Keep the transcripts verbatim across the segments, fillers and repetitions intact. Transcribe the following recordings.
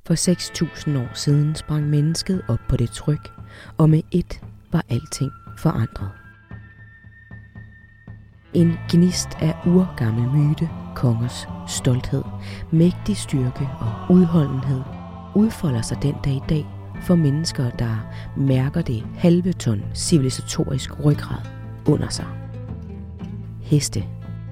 For seks tusind år siden sprang mennesket op på det tryk, og med ét var alting forandret. En gnist af urgammel myte, kongers stolthed, mægtig styrke og udholdenhed udfolder sig den dag i dag for mennesker, der mærker det halve ton civilisatorisk ryggrad under sig. Heste.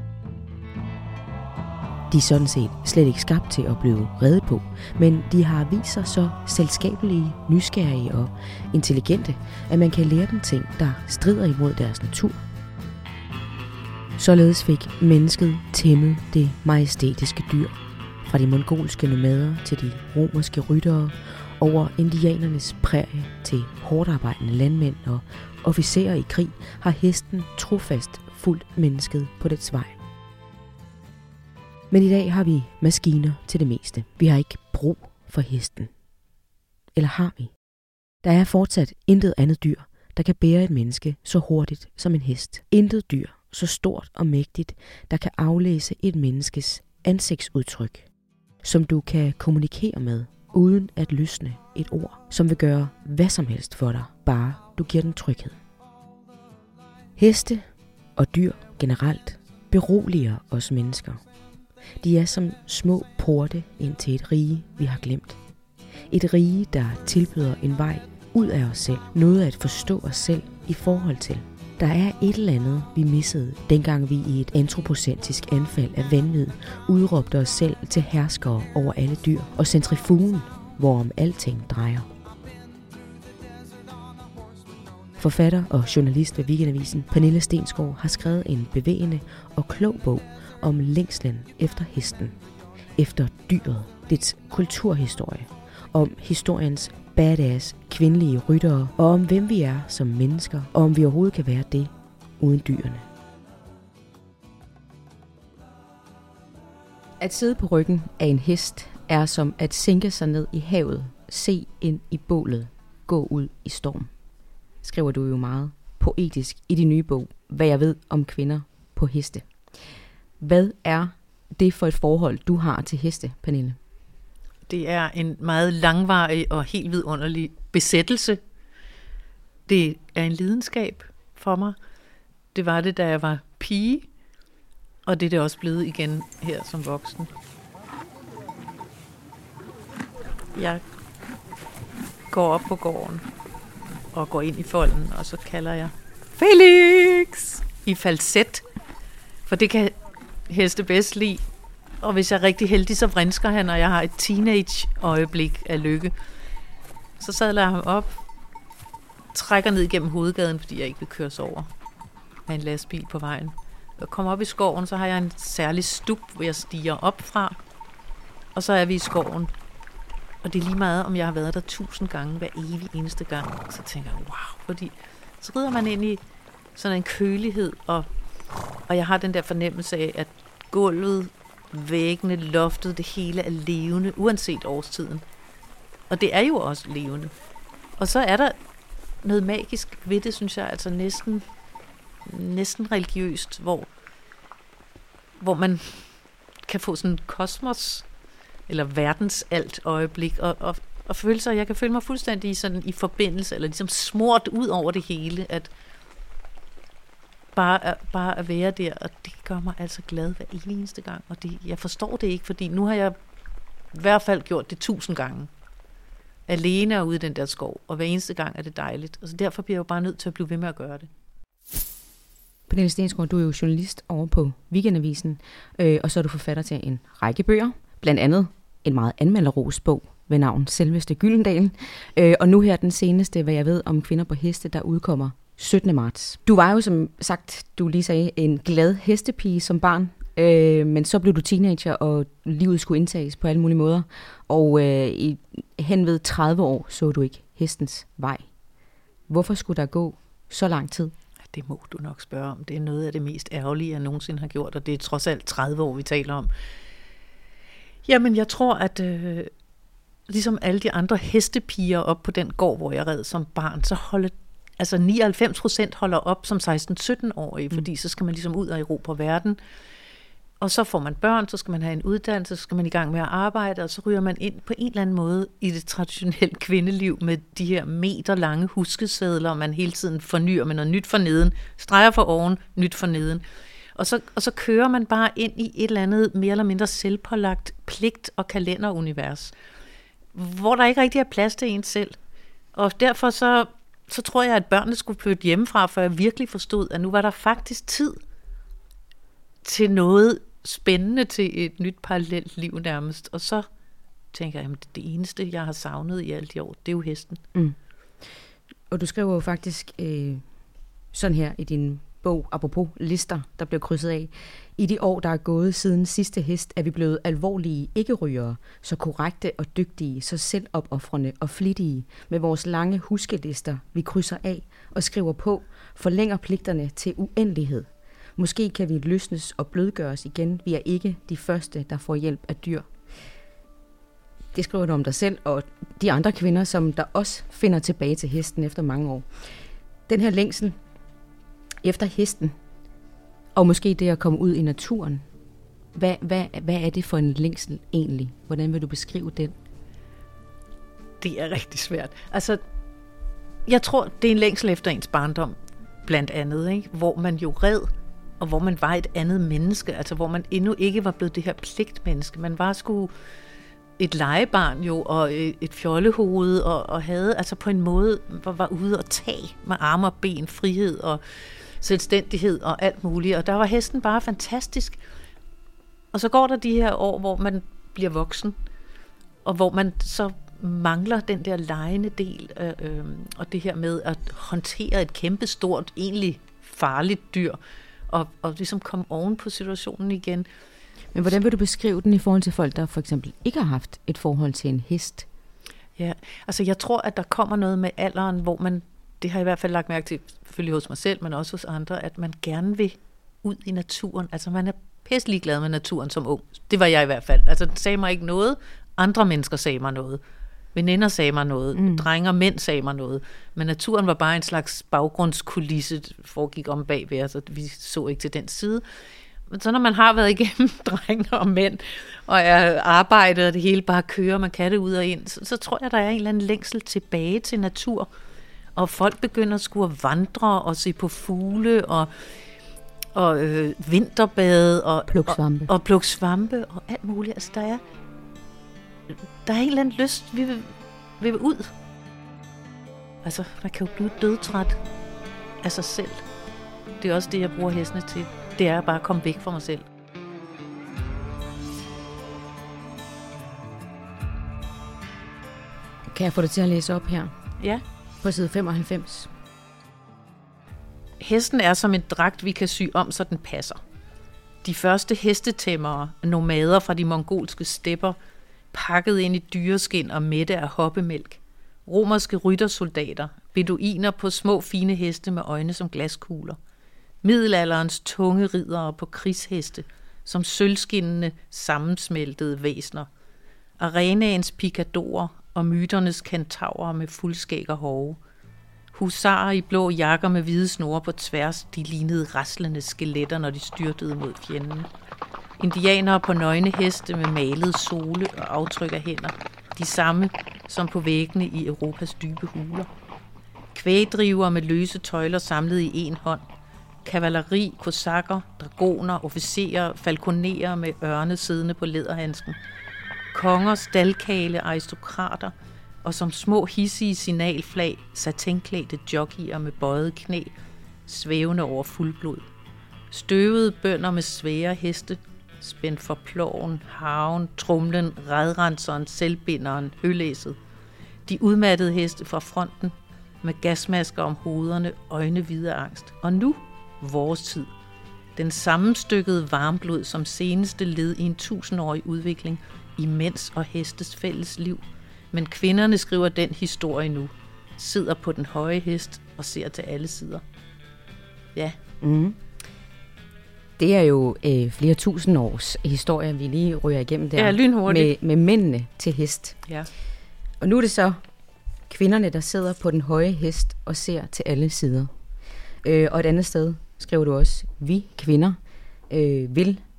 De er sådan set slet ikke skabt til at blive reddet på, men de har vist sig så selskabelige, nysgerrige og intelligente, at man kan lære dem ting, der strider imod deres natur. Således fik mennesket tæmmet det majestætiske dyr, fra de mongolske nomader til de romerske ryttere, over indianernes prærie til hårdarbejdende landmænd og officerer i krig, har hesten trofast fulgt mennesket på dets vej. Men i dag har vi maskiner til det meste. Vi har ikke brug for hesten. Eller har vi? Der er fortsat intet andet dyr, der kan bære et menneske så hurtigt som en hest. Intet dyr så stort og mægtigt, der kan aflæse et menneskes ansigtsudtryk, som du kan kommunikere med, uden at løsne et ord, som vil gøre hvad som helst for dig, bare du giver den tryghed. Heste og dyr generelt beroliger os mennesker. De er som små porte ind til et rige, vi har glemt. Et rige, der tilbyder en vej ud af os selv, noget at forstå os selv i forhold til. Der er et eller andet, vi missede, dengang vi i et antropocentrisk anfald af vanvid udråbte os selv til herskere over alle dyr, og centrifugen, hvorom alting drejer. Forfatter og journalist ved Weekendavisen, Pernille Stensgaard, har skrevet en bevægende og klog bog om længslen efter hesten, efter dyret, dets kulturhistorie, om historiens badass kvindelige ryttere, og om hvem vi er som mennesker, og om vi overhovedet kan være det uden dyrene. At sidde på ryggen af en hest er som at sænke sig ned i havet, se ind i bålet, gå ud i storm. Skriver du jo meget poetisk i din nye bog, Hvad jeg ved om kvinder på heste. Hvad er det for et forhold, du har til heste, Pernille? Det er en meget langvarig og helt vidunderlig besættelse. Det er en lidenskab for mig. Det var det, da jeg var pige, og det er det også blevet igen her som voksen. Jeg går op på gården og går ind i folden, og så kalder jeg Felix i falset, for det kan heste bedst lide. Og hvis jeg er rigtig heldig, så vrinsker han, og jeg har et teenage-øjeblik af lykke. Så sadler jeg ham op, trækker ned igennem hovedgaden, fordi jeg ikke vil køres over af en lastbil på vejen. Og kommer op i skoven, så har jeg en særlig stup, hvor jeg stiger op fra. Og så er vi i skoven. Og det er lige meget, om jeg har været der tusind gange, hver evig eneste gang. Så tænker jeg, wow, fordi så rider man ind i sådan en kølighed, og, og jeg har den der fornemmelse af, at gulvet, væggene, loftet, det hele er levende, uanset årstiden. Og det er jo også levende. Og så er der noget magisk ved det, synes jeg, altså næsten, næsten religiøst, hvor, hvor man kan få sådan en kosmos, eller verdens alt øjeblik, og, og, og føle sig, jeg kan føle mig fuldstændig sådan i forbindelse, eller ligesom smurt ud over det hele, at Bare, bare at være der, og det gør mig altså glad hver eneste gang. Og det, jeg forstår det ikke, fordi nu har jeg i hvert fald gjort det tusind gange. Alene og ude i den der skov, og hver eneste gang er det dejligt. Og så derfor bliver jeg jo bare nødt til at blive ved med at gøre det. Pernille Stensgaard, du er jo journalist over på Weekendavisen, øh, og så er du forfatter til en række bøger, blandt andet en meget anmelderrost bog ved navn Selveste Gyldendalen. Øh, og nu her den seneste, hvad jeg ved om kvinder på heste, der udkommer syttende marts. Du var jo, som sagt, du lige sagde, en glad hestepige som barn, øh, men så blev du teenager, og livet skulle indtages på alle mulige måder. Og øh, i, hen ved tredive år så du ikke hestens vej. Hvorfor skulle der gå så lang tid? Det må du nok spørge om. Det er noget af det mest ærgerlige, jeg nogensinde har gjort, og det er trods alt tredive år, vi taler om. Jamen, jeg tror, at øh, ligesom alle de andre hestepiger op på den gård, hvor jeg red som barn, så holder altså nioghalvfems procent holder op som seksten sytten-årige, fordi så skal man ligesom ud og erobre verden. Og så får man børn, så skal man have en uddannelse, så skal man i gang med at arbejde, og så ryger man ind på en eller anden måde i det traditionelle kvindeliv med de her meterlange huskesedler, man hele tiden fornyer med noget nyt for neden, streger for oven, nyt for neden. Og så, og så kører man bare ind i et eller andet mere eller mindre selvpålagt pligt- og kalenderunivers, hvor der ikke rigtig er plads til en selv. Og derfor så, så tror jeg, at børnene skulle flytte hjemmefra, for jeg virkelig forstod, at nu var der faktisk tid til noget spændende, til et nyt parallelt liv nærmest. Og så tænker jeg, at det eneste, jeg har savnet i alle de år, det er jo hesten. Mm. Og du skriver jo faktisk øh, sådan her i din bog, apropos lister, der blev krydset af. I de år, der er gået siden sidste hest, er vi blevet alvorlige ikke-rygere, så korrekte og dygtige, så selvopoffrende og flittige, med vores lange huskelister, vi krydser af og skriver på, forlænger pligterne til uendelighed. Måske kan vi løsnes og blødgøres igen. Vi er ikke de første, der får hjælp af dyr. Det skriver du om dig selv og de andre kvinder, som der også finder tilbage til hesten efter mange år. Den her længsel efter hesten, og måske det at komme ud i naturen. Hvad, hvad, hvad er det for en længsel egentlig? Hvordan vil du beskrive den? Det er rigtig svært. Altså, jeg tror, det er en længsel efter ens barndom, blandt andet, ikke? Hvor man jo red, og hvor man var et andet menneske, altså hvor man endnu ikke var blevet det her pligtmenneske. Man var sgu et legebarn jo, og et fjollehoved, og, og havde altså på en måde, var, var ude og tage med arme og ben, frihed og selvstændighed og alt muligt. Og der var hesten bare fantastisk. Og så går der de her år, hvor man bliver voksen, og hvor man så mangler den der legende del, øh, øh, og det her med at håndtere et kæmpestort, egentlig farligt dyr, og, og ligesom komme oven på situationen igen. Men hvordan vil du beskrive den i forhold til folk, der for eksempel ikke har haft et forhold til en hest? Ja, altså jeg tror, at der kommer noget med alderen, hvor man, det har jeg i hvert fald lagt mærke til, selvfølgelig hos mig selv, men også hos andre, at man gerne vil ud i naturen. Altså man er pisselig glad med naturen som ung. Det var jeg i hvert fald. Altså det sagde mig ikke noget. Andre mennesker sagde mig noget. Veninder sagde mig noget. Mm. Drenge og mænd sagde mig noget. Men naturen var bare en slags baggrundskulisse, foregik om bagved os, og vi så ikke til den side. Men så når man har været igennem drenge og mænd, og er arbejdet, og det hele bare kører, man kan det ud og ind, så, så tror jeg, der er en eller anden længsel tilbage til natur. Og folk begynder at skulle vandre og se på fugle og, og øh, vinterbade og plukke svampe. Og, og plukke svampe og alt muligt. Altså der er, der er en eller anden lyst, vi vil, vi vil ud. Altså man kan jo blive dødtræt af sig selv. Det er også det, jeg bruger hestene til. Det er bare at komme væk fra mig selv. Kan jeg få det til at læse op her? Ja. På side femoghalvfems. Hesten er som en dragt, vi kan sy om, så den passer. De første hestetæmmere, nomader fra de mongolske stepper, pakket ind i dyreskin og mætte af hoppemælk. Romerske ryttersoldater, beduiner på små fine heste med øjne som glaskugler. Middelalderens tunge riddere på krigsheste, som sølvskinnende sammensmeltede væsner. Arenaens pikadorer og myternes kentaurer med fuldskæg og hove. Husarer i blå jakker med hvide snore på tværs, de lignede raslende skeletter, når de styrtede mod fjenden. Indianere på nøgne heste med malede sole og aftryk af hænder, de samme som på væggene i Europas dybe huler. Kvægdriver med løse tøjler samlet i en hånd. Kavaleri, kosakker, dragoner, officerer, falconerer med ørne siddende på læderhandsken. Konger, staldkale, aristokrater og som små hissige signalflag, satinklædte jockeyer med bøjet knæ, svævende over fuldblod. Støvede bønder med svære heste, spændt for ploven, harven, trumlen, redrenseren, selvbinderen, hølæsset. De udmattede heste fra fronten, med gasmasker om hovederne, øjne hvide af angst. Og nu, vores tid. Den sammenstykkede varmblod som seneste led i en tusindårig udvikling i mænds og hestes fælles liv. Men kvinderne skriver den historie nu, sidder på den høje hest og ser til alle sider. Ja. Mm. Det er jo øh, flere tusind års historie, vi lige ryger igennem der. Ja, lynhurtigt. Med, med mændene til hest. Ja. Og nu er det så kvinderne, der sidder på den høje hest og ser til alle sider. Øh, og et andet sted skriver du også, vi kvinder øh, vil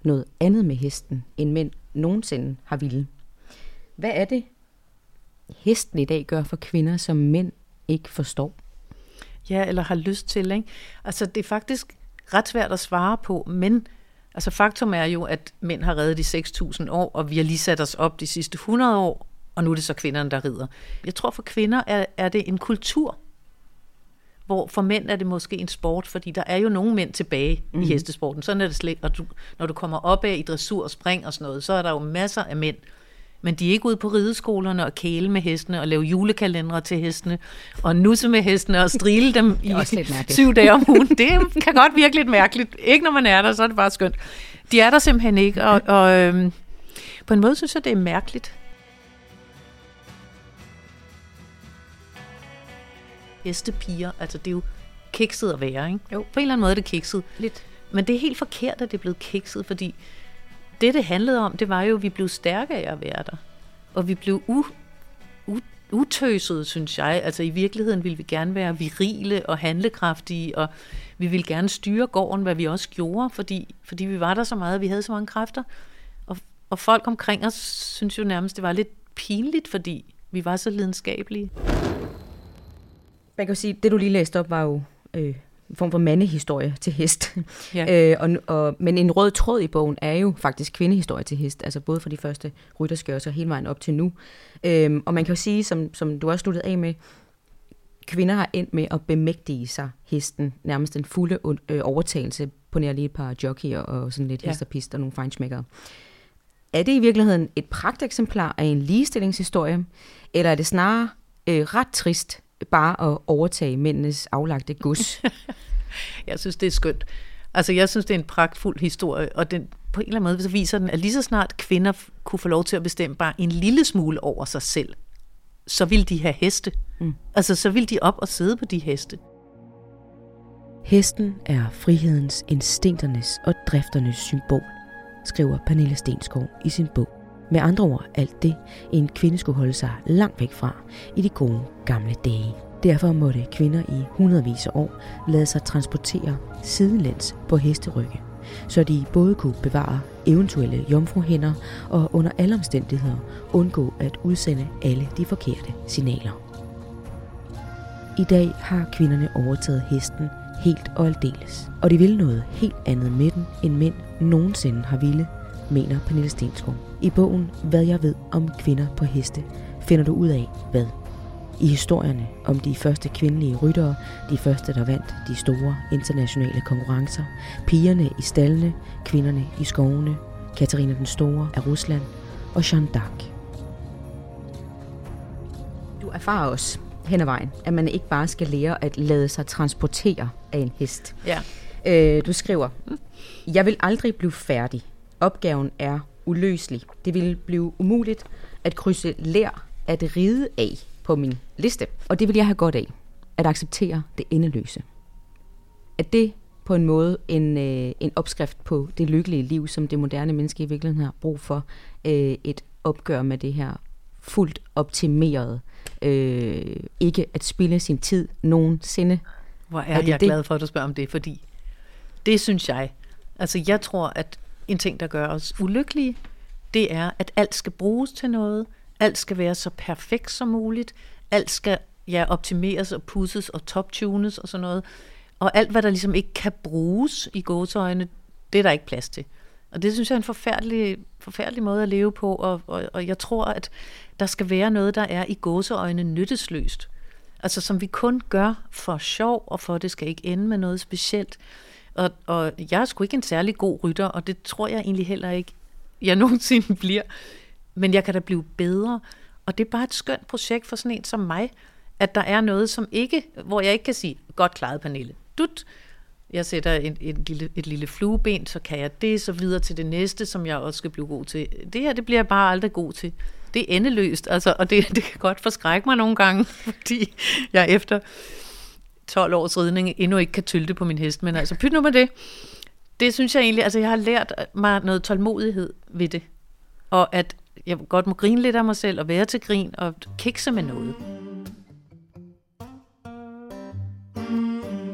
noget andet med hesten, end mænd nogensinde har ville. Hvad er det, hesten i dag gør for kvinder, som mænd ikke forstår? Ja, eller har lyst til, ikke? Altså, det er faktisk ret svært at svare på, men altså, faktum er jo, at mænd har reddet de seks tusind år, og vi har lige sat os op de sidste hundrede år, og nu er det så kvinderne, der rider. Jeg tror, for kvinder er, er det en kultur, hvor for mænd er det måske en sport, fordi der er jo nogle mænd tilbage mm. i hestesporten. Sådan er det slet, og du, når du kommer op af i dressur og spring og sådan noget, så er der jo masser af mænd. Men de er ikke ude på rideskolerne og kæle med hestene og lave julekalendere til hestene og nusse med hestene og strile dem i syv dage om ugen. Det kan godt virke lidt mærkeligt. Ikke når man er der, så er det bare skønt. De er der simpelthen ikke, og, og øhm, på en måde synes jeg, det er mærkeligt. Hestepiger, altså det er jo kikset at være, ikke? Jo. På en eller anden måde er det kikset. Lidt. Men det er helt forkert, at det er blevet kikset, fordi det, det handlede om, det var jo, at vi blev stærke af at være der. Og vi blev u, u, utøsede, synes jeg. Altså i virkeligheden ville vi gerne være virile og handlekraftige, og vi ville gerne styre gården, hvad vi også gjorde, fordi, fordi vi var der så meget, og vi havde så mange kræfter. Og, og folk omkring os synes jo nærmest, det var lidt pinligt, fordi vi var så lidenskabelige. Man kan sige, det du lige læste op, var jo øh, en form for mandehistorie til hest. Ja. øh, og, og, men en rød tråd i bogen er jo faktisk kvindehistorie til hest, altså både for de første rytterskørser hele vejen op til nu. Øh, og man kan jo sige, som, som du også sluttede af med, kvinder har endt med at bemægtige sig hesten, nærmest en fulde øh, overtagelse på nær lige et par jockeyer og sådan lidt ja. Hesterpist og nogle feinschmeckere. Er det i virkeligheden et pragteksemplar af en ligestillingshistorie, eller er det snarere øh, ret trist, bare at overtage mændenes aflagte gods? Jeg synes, det er skønt. Altså, jeg synes, det er en pragtfuld historie, og den, på en eller anden måde så viser den, at lige så snart kvinder kunne få lov til at bestemme bare en lille smule over sig selv, så ville de have heste. Mm. Altså, så ville de op og sidde på de heste. Hesten er frihedens, instinkternes og drifternes symbol, skriver Pernille Stensgaard i sin bog. Med andre ord alt det, en kvinde skulle holde sig langt væk fra i de gode gamle dage. Derfor måtte kvinder i hundredvis af år lade sig transportere sidelæns på hesterygge, så de både kunne bevare eventuelle jomfruhænder og under alle omstændigheder undgå at udsende alle de forkerte signaler. I dag har kvinderne overtaget hesten helt og aldeles, og de vil noget helt andet med den, end mænd nogensinde har ville, mener Pernille Stensgaard. I bogen Hvad jeg ved om kvinder på heste finder du ud af hvad. I historierne om de første kvindelige ryttere, de første der vandt de store internationale konkurrencer, pigerne i staldene, kvinderne i skovene, Katarina den Store af Rusland og Jeanne d'Arc. Du erfarer også hen ad vejen, at man ikke bare skal lære at lade sig transportere af en hest. Ja. Øh, du skriver, jeg vil aldrig blive færdig. Opgaven er uløselig. Det vil blive umuligt at krydse lær at ride af på min liste. Og det vil jeg have godt af. At acceptere det endeløse. Er det på en måde en, øh, en opskrift på det lykkelige liv, som det moderne menneske i virkeligheden har brug for? Øh, et opgør med det her fuldt optimeret. Øh, ikke at spilde sin tid nogensinde. Hvor er, er jeg det? glad for, at du spørger om det, fordi det synes jeg. Altså jeg tror, at en ting, der gør os ulykkelige, det er, at alt skal bruges til noget. Alt skal være så perfekt som muligt. Alt skal ja, optimeres og pudses og toptunes og sådan noget. Og alt, hvad der ligesom ikke kan bruges i gåseøjne, det er der ikke plads til. Og det synes jeg er en forfærdelig, forfærdelig måde at leve på. Og, og, og jeg tror, at der skal være noget, der er i gåseøjne nyttesløst. Altså som vi kun gør for sjov, og for at det skal ikke ende med noget specielt. Og, og jeg er sgu ikke en særlig god rytter, og det tror jeg egentlig heller ikke, jeg nogensinde bliver. Men jeg kan da blive bedre. Og det er bare et skønt projekt for sådan en som mig, at der er noget, som ikke, hvor jeg ikke kan sige, godt klaret, Pernille. Dut. Jeg sætter et, et, lille, et lille flueben, så kan jeg det, så videre til det næste, som jeg også skal blive god til. Det her, det bliver jeg bare aldrig god til. Det er endeløst, altså, og det, det kan godt forskrække mig nogle gange, fordi jeg efter tolv års ridning endnu ikke kan tylte på min hest, men altså pyt nu med det. Det synes jeg egentlig, altså jeg har lært mig noget tålmodighed ved det, og at jeg godt må grine lidt af mig selv, og være til grin, og kikse med noget.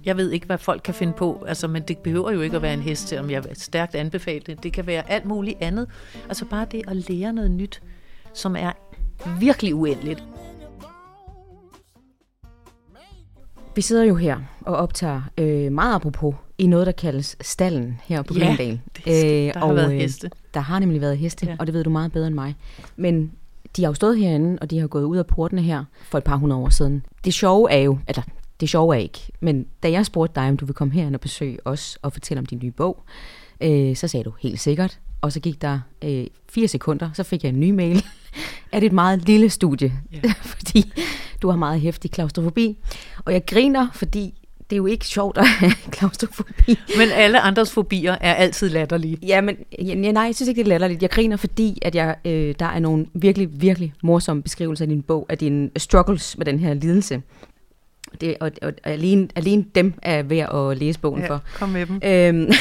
Jeg ved ikke, hvad folk kan finde på, altså, men det behøver jo ikke at være en hest, selvom jeg stærkt anbefaler det. Det kan være alt muligt andet. Altså bare det at lære noget nyt, som er virkelig uendeligt. Vi sidder jo her og optager øh, meget apropos i noget, der kaldes Stallen her på Gyldendal. Ja, der har og, været heste. Øh, der har nemlig været heste, ja. Og det ved du meget bedre end mig. Men de har jo stået herinde, og de har gået ud af portene her for et par hundrede år siden. Det sjove er jo, eller det sjove er ikke, men da jeg spurgte dig, om du vil komme herinde og besøge os og fortælle om din nye bog, øh, så sagde du helt sikkert. Og så gik der øh, fire sekunder, så fik jeg en ny mail. Er det et meget lille studie? Yeah. Fordi du har meget heftig klaustrofobi. Og jeg griner, fordi det er jo ikke sjovt at have klaustrofobi. Men alle andres fobier er altid latterlige. Ja, men ja, nej, jeg synes ikke, det er latterligt. Jeg griner, fordi at jeg, øh, der er nogle virkelig, virkelig morsomme beskrivelser i din bog af dine struggles med den her lidelse. Det, og, og alene, alene dem er værd at læse bogen ja, for. Kom med dem. Øhm,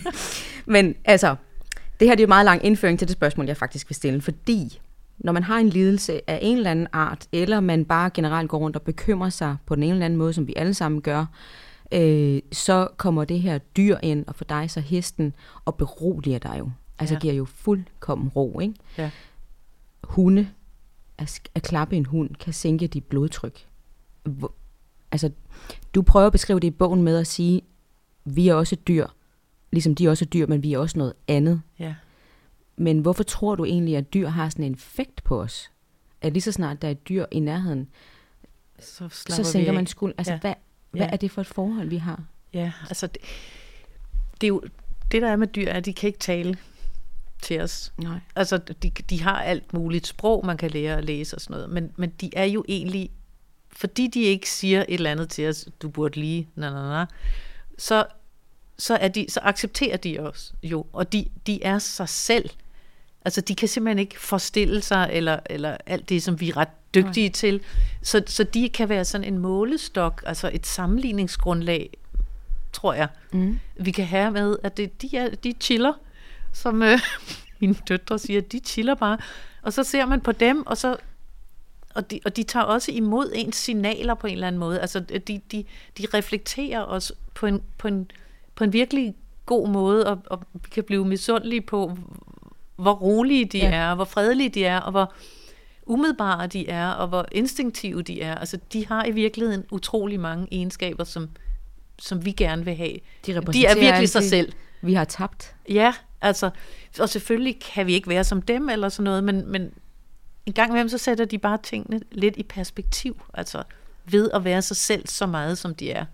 men altså, det her det er jo meget lang indføring til det spørgsmål, jeg faktisk vil stille, fordi når man har en lidelse af en eller anden art, eller man bare generelt går rundt og bekymrer sig på den ene eller anden måde, som vi alle sammen gør, øh, så kommer det her dyr ind, og for dig så hesten, og beroliger dig jo. Altså ja. Giver jo fuldkommen ro, ikke? Ja. Hunde, at, at klappe en hund, kan sænke dit blodtryk. Hvor, altså, du prøver at beskrive det i bogen med at sige, vi er også dyr, ligesom de også er dyr, men vi er også noget andet. Ja. Men hvorfor tror du egentlig, at dyr har sådan en effekt på os? At lige så snart der er dyr i nærheden, så, så sænker man skulderen. Altså, ja. hvad, hvad ja. er det for et forhold, vi har? Ja, altså, det, det er jo, det der er med dyr, er, at de kan ikke tale til os. Nej. Altså, de, de har alt muligt sprog, man kan lære at læse og sådan noget, men, men de er jo egentlig, fordi de ikke siger et eller andet til os, du burde lige, na, na, na, så, så, er de, så accepterer de os jo, og de, de er sig selv. Altså, de kan simpelthen ikke forestille sig, eller, eller alt det, som vi er ret dygtige Nej. til. Så, så de kan være sådan en målestok, altså et sammenligningsgrundlag, tror jeg, mm. vi kan have med, at det, de, er, de chiller, som øh, mine døtre siger, de chiller bare. Og så ser man på dem, og så og de, og de tager også imod ens signaler på en eller anden måde. Altså, de, de, de reflekterer os på en, på en, på en virkelig god måde, og, og vi kan blive misundelige på, hvor rolige de ja. er, hvor fredelige de er, og hvor umiddelbare de er, og hvor instinktive de er. Altså, de har i virkeligheden utrolig mange egenskaber, som, som vi gerne vil have. De, de er virkelig sig selv. Vi har tabt. Ja, altså, og selvfølgelig kan vi ikke være som dem, eller sådan noget, men, men en gang imellem, så sætter de bare tingene lidt i perspektiv, altså ved at være sig selv så meget, som de er.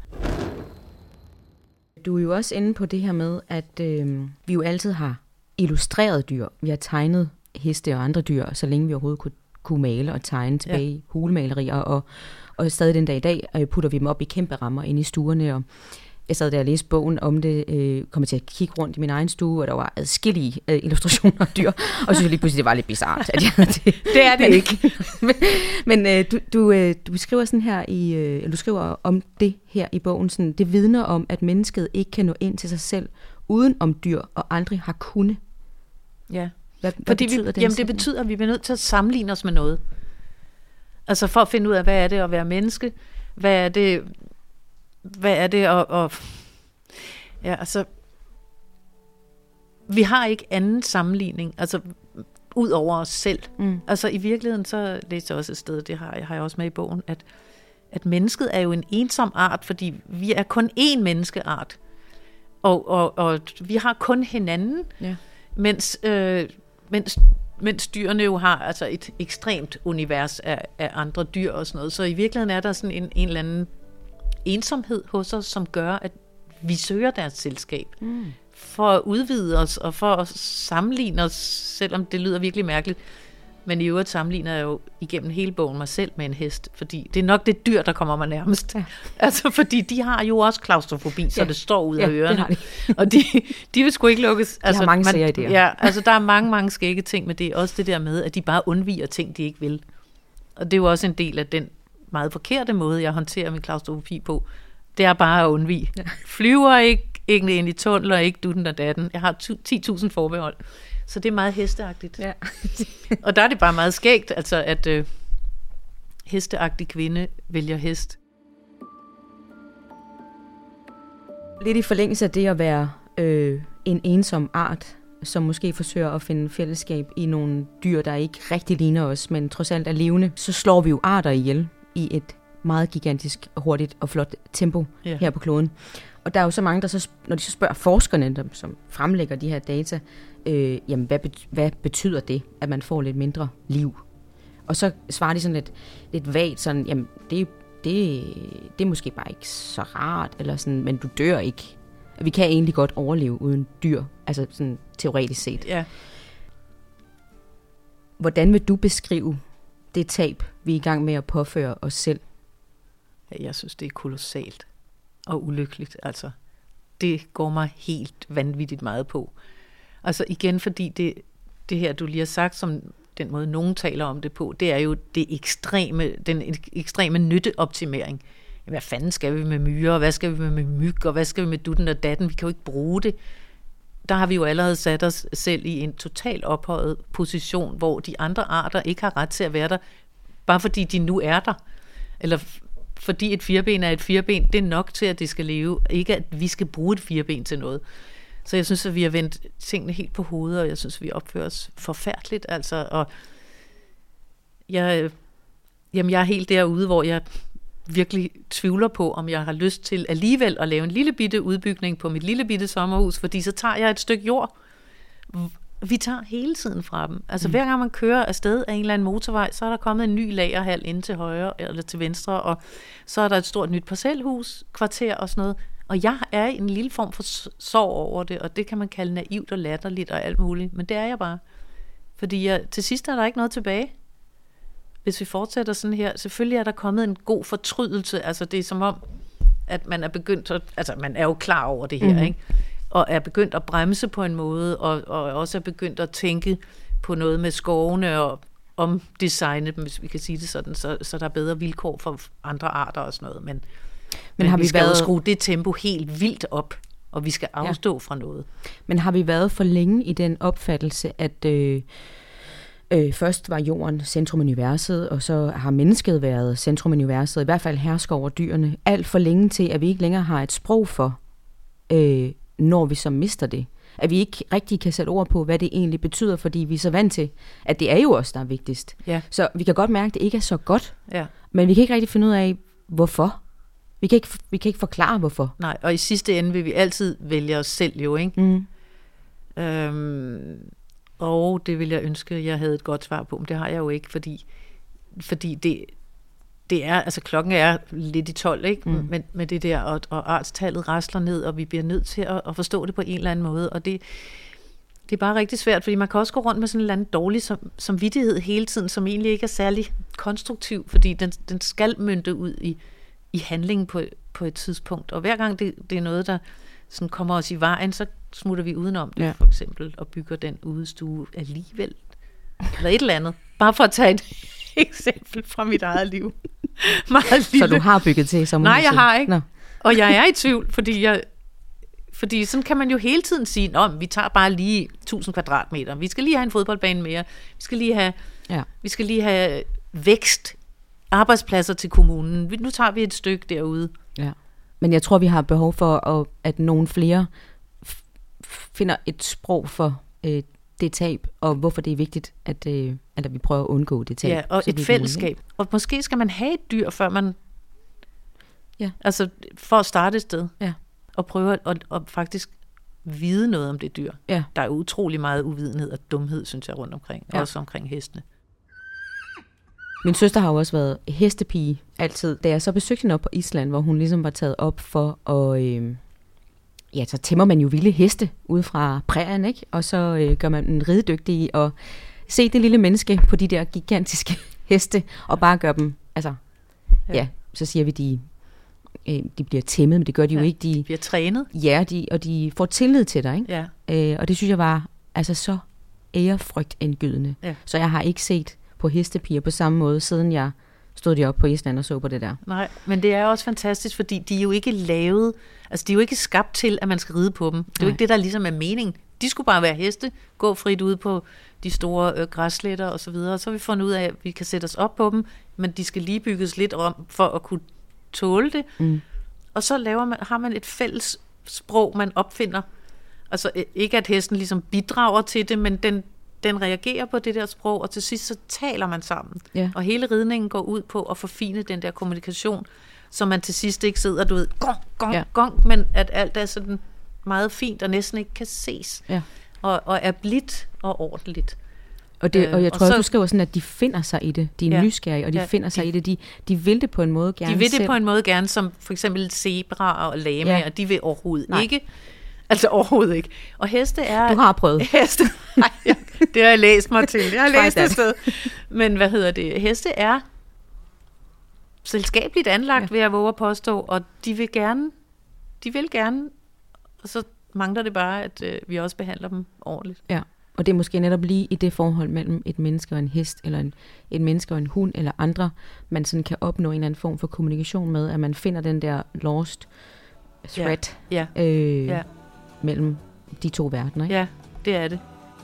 Du er jo også inde på det her med, at øh, vi jo altid har illustreret dyr. Vi har tegnet heste og andre dyr, så længe vi overhovedet kunne, kunne male og tegne tilbage i ja. hulemalerier, og, og stadig den dag i dag øh, putter vi dem op i kæmpe rammer inde i stuerne, og jeg sad der og læste bogen om det, øh, kom til at kigge rundt i min egen stue, og der var adskillige øh, illustrationer af dyr, og synes jeg lige pludselig, det var lidt bizarrt. At jeg, det, det er det ikke. men men øh, du, du, øh, du beskriver sådan her i, øh, du skriver om det her i bogen, sådan, det vidner om, at mennesket ikke kan nå ind til sig selv, uden om dyr, og aldrig har kunnet. Ja, hvad, fordi hvad betyder vi, det? Jamen det betyder, at vi er nødt til at sammenligne os med noget. Altså for at finde ud af, hvad er det at være menneske? Hvad er det... Hvad er det at... at ja, altså... Vi har ikke anden sammenligning, altså ud over os selv. Mm. Altså i virkeligheden, så læste jeg også et sted, det har jeg, har jeg også med i bogen, at, at mennesket er jo en ensom art, fordi vi er kun én menneskeart. Og, og, og vi har kun hinanden, ja. mens, øh, mens, mens dyrene jo har altså et ekstremt univers af, af andre dyr og sådan noget. Så i virkeligheden er der sådan en, en eller anden ensomhed hos os, som gør, at vi søger deres selskab. Mm. For at udvide os, og for at sammenligne os, selvom det lyder virkelig mærkeligt. Men i øvrigt sammenligner jeg jo igennem hele bogen mig selv med en hest, fordi det er nok det dyr, der kommer mig nærmest. Ja. Altså, fordi de har jo også klaustrofobi, så ja. det står ud af ja, ørerne. De. Og de, de vil sgu ikke lukkes. De altså, har mange sager i det. Ja, altså der er mange, mange skægge ting med det. Også det der med, at de bare undviger ting, de ikke vil. Og det er jo også en del af den meget forkerte måde, jeg håndterer min klaustrofobi på. Det er bare at undvige. Ja. Flyver ikke, ikke ind i tunneler, ikke dutten og datten. Jeg har ti tusind forbehold. Så det er meget hesteagtigt. Ja. Og der er det bare meget skægt, altså at øh, hesteagtig kvinde vælger hest. Lidt i forlængelse af det at være øh, en ensom art, som måske forsøger at finde fællesskab i nogle dyr, der ikke rigtig ligner os, men trods alt er levende, så slår vi jo arter ihjel i et meget gigantisk, hurtigt og flot tempo yeah. her på kloden. Og der er jo så mange, der så, når de så spørger forskerne, der, som fremlægger de her data, øh, jamen hvad, bet, hvad betyder det, at man får lidt mindre liv? Og så svarer de sådan lidt, lidt vagt, sådan, jamen det, det, det er måske bare ikke så rart, eller sådan, men du dør ikke. Vi kan egentlig godt overleve uden dyr, altså sådan teoretisk set. Ja. Hvordan vil du beskrive det tab, vi er i gang med at påføre os selv? Jeg synes, det er kolossalt og ulykkeligt. Altså, det går mig helt vanvittigt meget på. Altså igen, fordi det, det her, du lige har sagt, som den måde, nogen taler om det på, det er jo det ekstreme, den ekstreme nytteoptimering. Hvad fanden skal vi med myrer, og hvad skal vi med myg, og hvad skal vi med dutten og datten? Vi kan jo ikke bruge det. Der har vi jo allerede sat os selv i en total ophøjet position, hvor de andre arter ikke har ret til at være der, bare fordi de nu er der. Eller fordi et fireben er et fireben, det er nok til, at det skal leve. Ikke at vi skal bruge et fireben til noget. Så jeg synes, at vi har vendt tingene helt på hovedet, og jeg synes, at vi opfører os forfærdeligt. Altså, og jeg, jamen, jeg er helt derude, hvor jeg virkelig tvivler på, om jeg har lyst til alligevel at lave en lille bitte udbygning på mit lille bitte sommerhus, fordi så tager jeg et stykke jord. Vi tager hele tiden fra dem. Altså mm. hver gang man kører afsted af en eller anden motorvej, så er der kommet en ny lagerhal ind til højre eller til venstre, og så er der et stort nyt parcelhus, kvarter og sådan noget. Og jeg er i en lille form for sorg over det, og det kan man kalde naivt og latterligt og alt muligt, men det er jeg bare. Fordi jeg, til sidst er der ikke noget tilbage. Hvis vi fortsætter sådan her, selvfølgelig er der kommet en god fortrydelse, altså det er som om, at man er begyndt at, altså man er jo klar over det her, mm. ikke? Og er begyndt at bremse på en måde, og, og også er begyndt at tænke på noget med skovene og omdesigne dem, hvis vi kan sige det sådan, så, så der er bedre vilkår for andre arter og sådan noget. Men, men, men har vi, vi skal været... jo skrue det tempo helt vildt op, og vi skal afstå ja. fra noget. Men har vi været for længe i den opfattelse, at øh, øh, først var jorden centrum af universet, og så har mennesket været centrum af universet, i hvert fald hersker over dyrene, alt for længe til, at vi ikke længere har et sprog for, øh, når vi så mister det. At vi ikke rigtig kan sætte ord på, hvad det egentlig betyder, fordi vi er så vant til, at det er jo os, der er vigtigst. Ja. Så vi kan godt mærke, at det ikke er så godt, ja. men vi kan ikke rigtig finde ud af, hvorfor. Vi kan ikke, vi kan ikke forklare, hvorfor. Nej, og i sidste ende vil vi altid vælge os selv jo, ikke? Mm. Øhm, og det vil jeg ønske, at jeg havde et godt svar på, men det har jeg jo ikke, fordi, fordi det, det er, altså klokken er lidt i tolv, ikke? Mm. Men, med det der, og, og artstallet rasler ned, og vi bliver nødt til at, at forstå det på en eller anden måde, og det, det er bare rigtig svært, fordi man kan også gå rundt med sådan en eller anden dårlig som, samvittighed hele tiden, som egentlig ikke er særlig konstruktiv, fordi den, den skal mønte ud i, i handling på, på et tidspunkt, og hver gang det, det er noget, der sådan kommer os i vejen, så smutter vi udenom det, ja. for eksempel, og bygger den udestue alligevel, eller et eller andet, bare for at tage et eksempel fra mit eget liv. Meget lille. Så du har bygget til som Nej, jeg har ikke. Nå. Og jeg er i tvivl, fordi jeg fordi sådan kan man jo hele tiden sige, nå, vi tager bare lige tusind kvadratmeter. Vi skal lige have en fodboldbane mere. Vi skal lige have ja. vi skal lige have vækst, arbejdspladser til kommunen. Nu tager vi et stykke derude. Ja. Men jeg tror, vi har behov for at, at nogle flere f- finder et sprog for øh, det tab, og hvorfor det er vigtigt, at, øh, at vi prøver at undgå det tab. Ja, og et fællesskab. Og måske skal man have et dyr, før man... Ja. Altså, for at starte et sted. Ja. Og prøve at og, og faktisk vide noget om det dyr. Ja. Der er utrolig meget uvidenhed og dumhed, synes jeg, rundt omkring. Ja. Også omkring hestene. Min søster har jo også været hestepige altid. Da jeg så besøgte hende op på Island, hvor hun ligesom var taget op for at... Øh, ja, så tæmmer man jo vilde heste ude fra prærien, ikke? Og så øh, gør man en ridedygtig og se det lille menneske på de der gigantiske heste, og bare gør dem, altså, ja, ja så siger vi, de, øh, de bliver tæmmet, men det gør de ja, jo ikke. De, de bliver trænet. Ja, de, og de får tillid til dig, ikke? Ja. Øh, og det synes jeg var altså så ærefrygtindgydende. Ja. Så jeg har ikke set på hestepiger på samme måde, siden jeg stod de op på Island og så på det der. Nej, men det er også fantastisk, fordi de er jo ikke lavet, altså de er jo ikke skabt til, at man skal ride på dem. Det er jo ikke det, der ligesom er meningen. De skulle bare være heste, gå frit ud på de store øh, græssletter og så videre, og så har vi fundet ud af, at vi kan sætte os op på dem, men de skal lige bygges lidt om, for at kunne tåle det. Mm. Og så laver man, har man et fælles sprog, man opfinder. Altså ikke at hesten ligesom bidrager til det, men den, den reagerer på det der sprog, og til sidst så taler man sammen. Ja. Og hele ridningen går ud på at forfine den der kommunikation, så man til sidst ikke sidder, du ved, gong, gong, ja. gong, men at alt er sådan meget fint og næsten ikke kan ses. Ja. Og, og er blidt og ordentligt. Og, det, og jeg tror og så, også, du skriver sådan, at de finder sig i det. De er ja, nysgerrige, og de ja, finder sig de, i det. De, de vil det på en måde gerne De vil det selv. på en måde gerne, som for eksempel zebraer og lamaer, ja. De vil overhovedet Nej. ikke. Altså overhovedet ikke. Og heste er... Du har prøvet. Heste, nej, ja, det har jeg læst mig til. Jeg har læst det sted. Men hvad hedder det? Heste er selskabeligt anlagt, ja. Ved at våge at påstå, og de vil gerne, de vil gerne, og så mangler det bare, at øh, vi også behandler dem ordentligt. Ja, og det er måske netop lige i det forhold mellem et menneske og en hest, eller en, et menneske og en hund, eller andre, man sådan kan opnå en eller anden form for kommunikation med, at man finder den der lost thread ja. Ja. Øh, ja. mellem de to verdener. Ikke? Ja, det er det.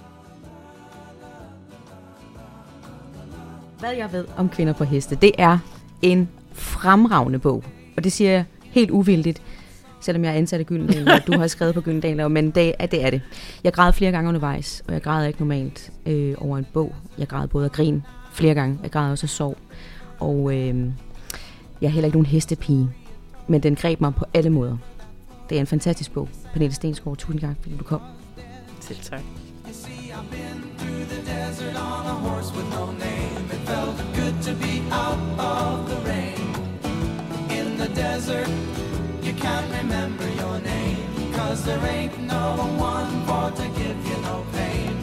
Hvad jeg ved om kvinder på heste, det er en fremragende bog, og det siger jeg helt uvildigt, selvom jeg er ansat af Gyldendal, og du har skrevet på Gyldendal, men det er, det er det. Jeg græd flere gange undervejs, og jeg græder ikke normalt øh, over en bog. Jeg græd både af grin flere gange, jeg græd også af sorg, og øh, jeg er heller ikke nogen hestepige, men den greb mig på alle måder. Det er en fantastisk bog. Pernille Stensgaard, tusind gange, fordi du kom. Selv tak. You can't remember your name, 'cause there ain't no one for to give you no pain.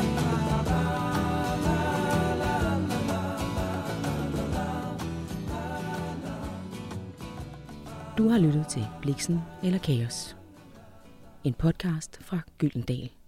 Du har lyttet til Bliksen eller Kaos. En podcast fra Gyldendal.